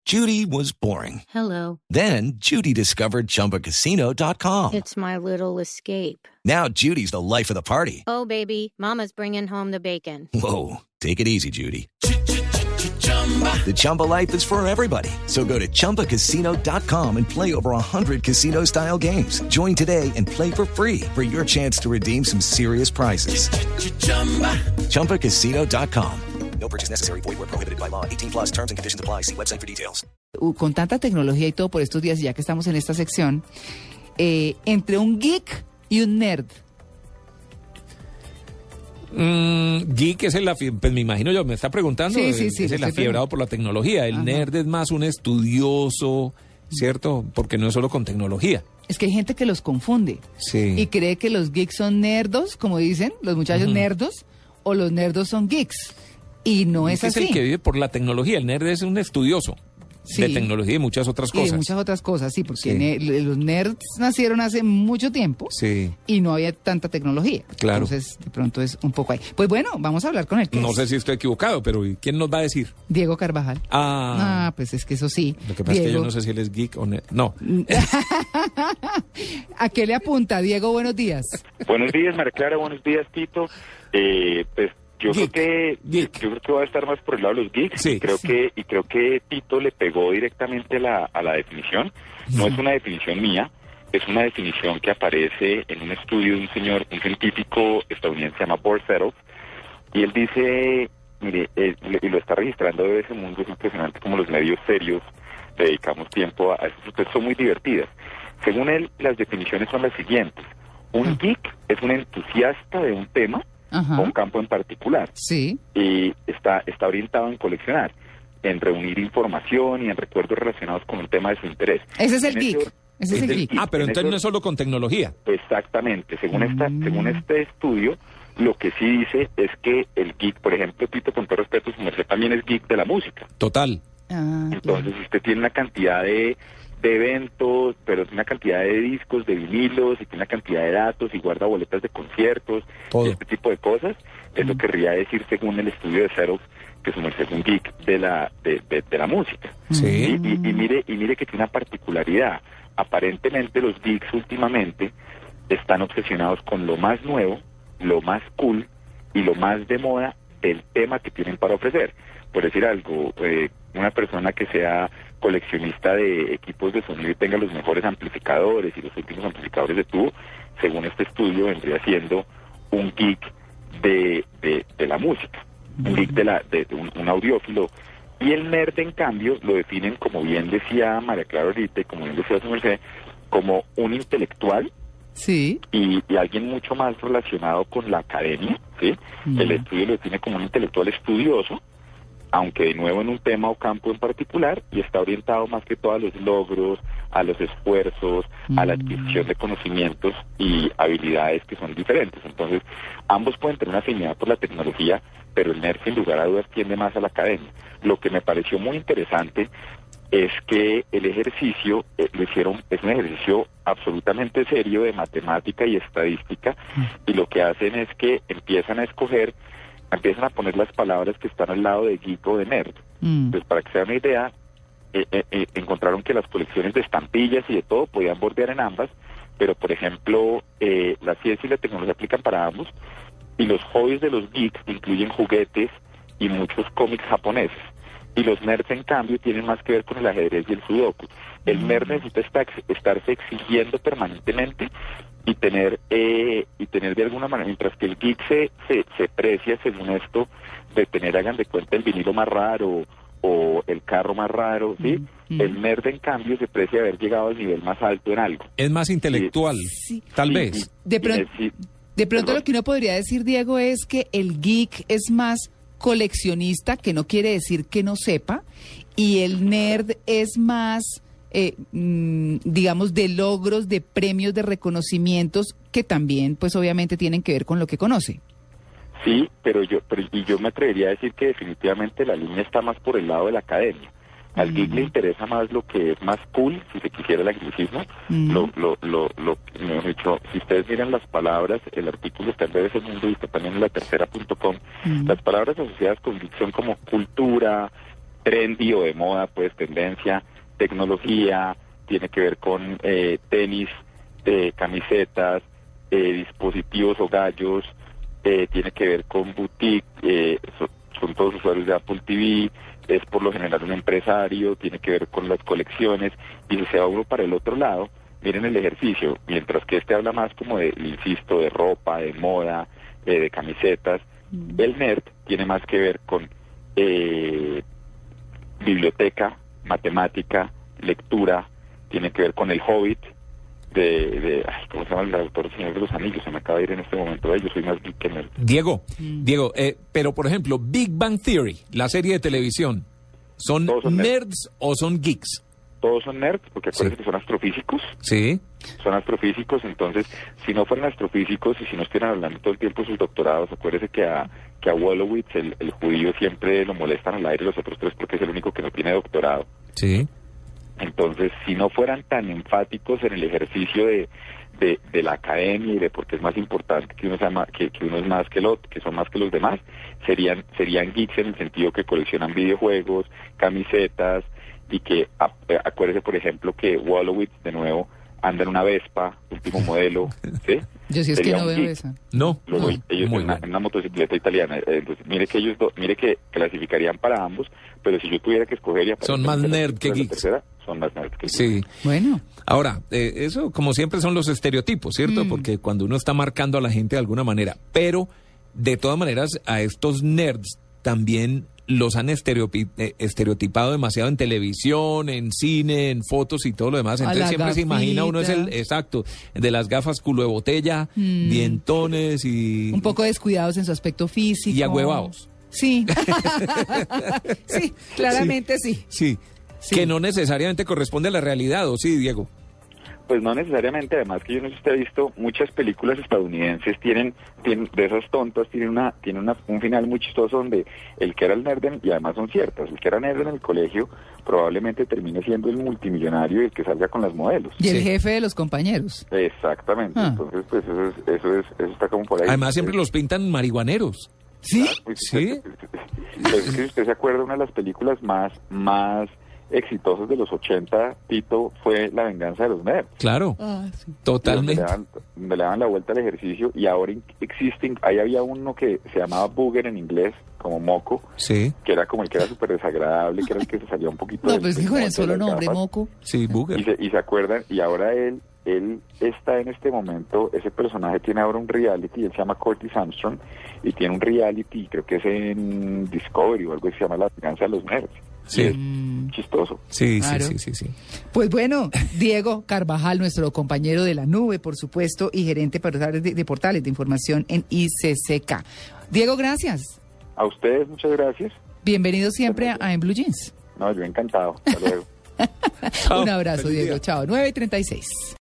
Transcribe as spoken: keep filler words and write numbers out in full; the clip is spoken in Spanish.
Judy was boring. Hello. Then Judy discovered Chumba Casino dot com. It's my little escape. Now Judy's the life of the party. Oh, baby, mama's bringing home the bacon. Whoa, take it easy, Judy. The Chumba life is for everybody. So go to Chumba Casino dot com and play over one hundred casino-style games. Join today and play for free for your chance to redeem some serious prizes. Chumba Casino dot com. No purchase necessary. Void where prohibited by law. eighteen plus terms and conditions apply. See website for details. Con tanta tecnología y todo por estos días, ya que estamos en esta sección, eh, entre un geek y un nerd. Mm, geek es el, pues me imagino yo, me está preguntando, sí, sí, sí, es el afiebrado por la tecnología. El Ajá. nerd es más un estudioso, ¿cierto? Porque no es solo con tecnología. Es que hay gente que los confunde. Sí. Y cree que los geeks son nerdos, como dicen, los muchachos uh-huh. nerdos, o los nerdos son geeks. Y no es así. Es el que vive por la tecnología. El nerd es un estudioso sí. de tecnología y muchas otras cosas. Y de muchas otras cosas, sí, porque sí. Ne- los nerds nacieron hace mucho tiempo sí. y no había tanta tecnología. Claro. Entonces, de pronto es un poco ahí. Pues bueno, vamos a hablar con él. No es? sé si estoy equivocado, pero ¿quién nos va a decir? Diego Carvajal. Ah, ah pues es que eso sí. Lo que pasa Diego... es que yo no sé si él es geek o nerd. No. ¿A qué le apunta? Diego, buenos días. Buenos días, María Clara. Buenos días, Tito. Eh, pues Yo geek, creo que geek. yo creo que va a estar más por el lado de los geeks sí, y creo sí. que y creo que Tito le pegó directamente la, a la definición. No sí. es una definición mía, es una definición que aparece en un estudio de un señor, un científico estadounidense se llama Bohr Settles, y él dice, mire, eh, y lo está registrando de ese mundo, es impresionante como los medios serios dedicamos tiempo a, a eso, ustedes son muy divertidas. Según él, las definiciones son las siguientes: un geek es un entusiasta de un tema Ajá. o un campo en particular. Sí. Y está, está orientado en coleccionar, en reunir información y en recuerdos relacionados con un tema de su interés. Ese es el en geek. eso, Ese es el geek. Ah, pero en entonces eso, no es solo con tecnología. Exactamente. Según, mm. esta, según este estudio, lo que sí dice es que el geek, por ejemplo, Tito, con todo respeto, su merced también es geek de la música. Total. Ah, Entonces claro. usted tiene una cantidad de... de eventos, pero tiene una cantidad de discos, de vinilos, y tiene una cantidad de datos, y guarda boletas de conciertos, Todo. este tipo de cosas. Eso mm. querría decir, según el estudio de Xerox, que su merced es un geek de la de, de, de la música. Sí. Y, y, y mire y mire que tiene una particularidad. Aparentemente los geeks últimamente están obsesionados con lo más nuevo, lo más cool y lo más de moda del tema que tienen para ofrecer. Por decir algo, eh, una persona que sea coleccionista de equipos de sonido y tenga los mejores amplificadores y los últimos amplificadores de tubo, según este estudio, vendría siendo un geek de, de, de la música, un geek de, la, de, de un, un audiófilo. Y el nerd, en cambio, lo definen, como bien decía María Clara ahorita y como bien decía su merced, como un intelectual. Sí. Y, y alguien mucho más relacionado con la academia, ¿sí? Mm. El estudio lo define como un intelectual estudioso, aunque de nuevo en un tema o campo en particular, y está orientado más que todo a los logros, a los esfuerzos, mm. a la adquisición de conocimientos y habilidades que son diferentes. Entonces, ambos pueden tener una afinidad por la tecnología, pero el nerd sin lugar a dudas tiende más a la academia. Lo que me pareció muy interesante es que el ejercicio eh, lo hicieron, es un ejercicio absolutamente serio de matemática y estadística, mm. y lo que hacen es que empiezan a escoger empiezan a poner las palabras que están al lado de geek o de nerd. Mm. Entonces, para que se hagan una idea, eh, eh, eh, encontraron que las colecciones de estampillas y de todo podían bordear en ambas, pero, por ejemplo, eh, la ciencia y la tecnología aplican para ambos, y los hobbies de los geeks incluyen juguetes y muchos cómics japoneses. Y los nerds, en cambio, tienen más que ver con el ajedrez y el sudoku. El nerd necesita estar, estarse exigiendo permanentemente y tener eh, y tener de alguna manera, mientras que el geek se, se, se precia, según esto, de tener, hagan de cuenta, el vinilo más raro o el carro más raro, ¿sí? Mm-hmm. El nerd, en cambio, se precia haber llegado al nivel más alto en algo. Es más intelectual, sí. tal sí, vez. Sí, de pronto, sí, de pronto perdón. Lo que uno podría decir, Diego, es que el geek es más coleccionista, que no quiere decir que no sepa, y el nerd es más... Eh, mmm, digamos, de logros, de premios, de reconocimientos que también, pues obviamente tienen que ver con lo que conoce. Sí, pero yo pero, y yo me atrevería a decir que definitivamente la línea está más por el lado de la academia. Al mm. geek le interesa más lo que es más cool, si se quisiera el anglicismo, mm. lo, lo, lo, lo, mejor dicho, si ustedes miran las palabras, el artículo está en B B C Mundo y está también en la tercera punto com, mm. las palabras asociadas con geek son como cultura, trendy o de moda, pues tendencia, tecnología, tiene que ver con eh, tenis, eh, camisetas, eh, dispositivos o gallos, eh, tiene que ver con boutique, eh, so, son todos usuarios de Apple T V, es por lo general un empresario, tiene que ver con las colecciones, y si se va uno para el otro lado, miren el ejercicio, mientras que este habla más como de, insisto, de ropa, de moda, eh, de camisetas, mm. el nerd tiene más que ver con eh, biblioteca, matemática, lectura, tiene que ver con el Hobbit, de, de ay, ¿cómo se llama el autor Señor de los Anillos? Se me acaba de ir en este momento, yo soy más geek que nerd. Diego, mm. Diego, eh, pero por ejemplo, Big Bang Theory, la serie de televisión, ¿son, son nerds, nerds o son geeks? Todos son nerds, porque acuérdense sí. que son astrofísicos. Sí. Son astrofísicos, entonces, si no fueran astrofísicos y si no estuvieran hablando todo el tiempo de sus doctorados, acuérdense que a que a Wolowitz, el, el judío, siempre lo molestan al aire los otros tres porque es el único que no tiene doctorado. Sí. Entonces, si no fueran tan enfáticos en el ejercicio de, de, de la academia y de por qué es más importante que uno sea más, que, que uno es más que lo, que son más que los demás, serían serían geeks en el sentido que coleccionan videojuegos, camisetas, y que acuérdese, por ejemplo, que Wolowitz, de nuevo, anda en una Vespa, último modelo, ¿sí? Yo sí es Sería que no veo esa. No, Lo no doy, ellos en una, en una motocicleta italiana. Entonces, mire que ellos, do, mire que clasificarían para ambos, pero si yo tuviera que escoger... Y son más nerd que geeks. Tercera, son más nerd que geeks. Sí. Bueno. Ahora, eh, eso como siempre son los estereotipos, ¿cierto? Mm. Porque cuando uno está marcando a la gente de alguna manera, pero de todas maneras a estos nerds también los han estereotipado demasiado en televisión, en cine, en fotos y todo lo demás. Entonces siempre gafita. Se imagina uno es el exacto, de las gafas culo de botella, mm. dientones y... un poco descuidados en su aspecto físico. Y agüevados. Sí. Sí, claramente sí. Sí. Sí. Sí. Que no necesariamente corresponde a la realidad, ¿o sí, Diego? Pues no necesariamente, además que yo no sé si usted ha visto, muchas películas estadounidenses tienen, tienen de esas tontas, tienen una tienen una, un final muy chistoso donde el que era el nerd, en, y además son ciertas, el que era nerd en el colegio probablemente termine siendo el multimillonario y el que salga con las modelos. Y el sí. jefe de los compañeros. Exactamente, ah. entonces pues eso, es, eso, es, eso está como por ahí. Además siempre los pintan marihuaneros. ¿Sí? Ah, pues, sí. Pues, si usted se acuerda, una de las películas más, más exitosos de los ochenta, Tito, fue La venganza de los nerds. Claro, ah, sí. Totalmente. Donde le, daban, donde le daban la vuelta al ejercicio y ahora existen, ahí había uno que se llamaba Booger en inglés, como moco, sí. que era como el que era súper desagradable, que era el que se salía un poquito... No, pues dijo en el solo nombre, gafas. Moco. Sí, Booger. Y se, y se acuerdan, y ahora él, él está en este momento, ese personaje tiene ahora un reality, él se llama Curtis Armstrong, y tiene un reality, creo que es en Discovery o algo que se llama La venganza de los nerds. Sí. Es chistoso. Sí, claro. sí, sí, sí, sí. Pues bueno, Diego Carvajal, nuestro compañero de la nube, por supuesto, y gerente de, de portales de información en I C C K. Diego, gracias. A ustedes, muchas gracias. Bienvenido siempre a, a En Blue Jeans. No, yo encantado. Hasta luego. Un abrazo, Diego. Chao. nueve y treinta y seis.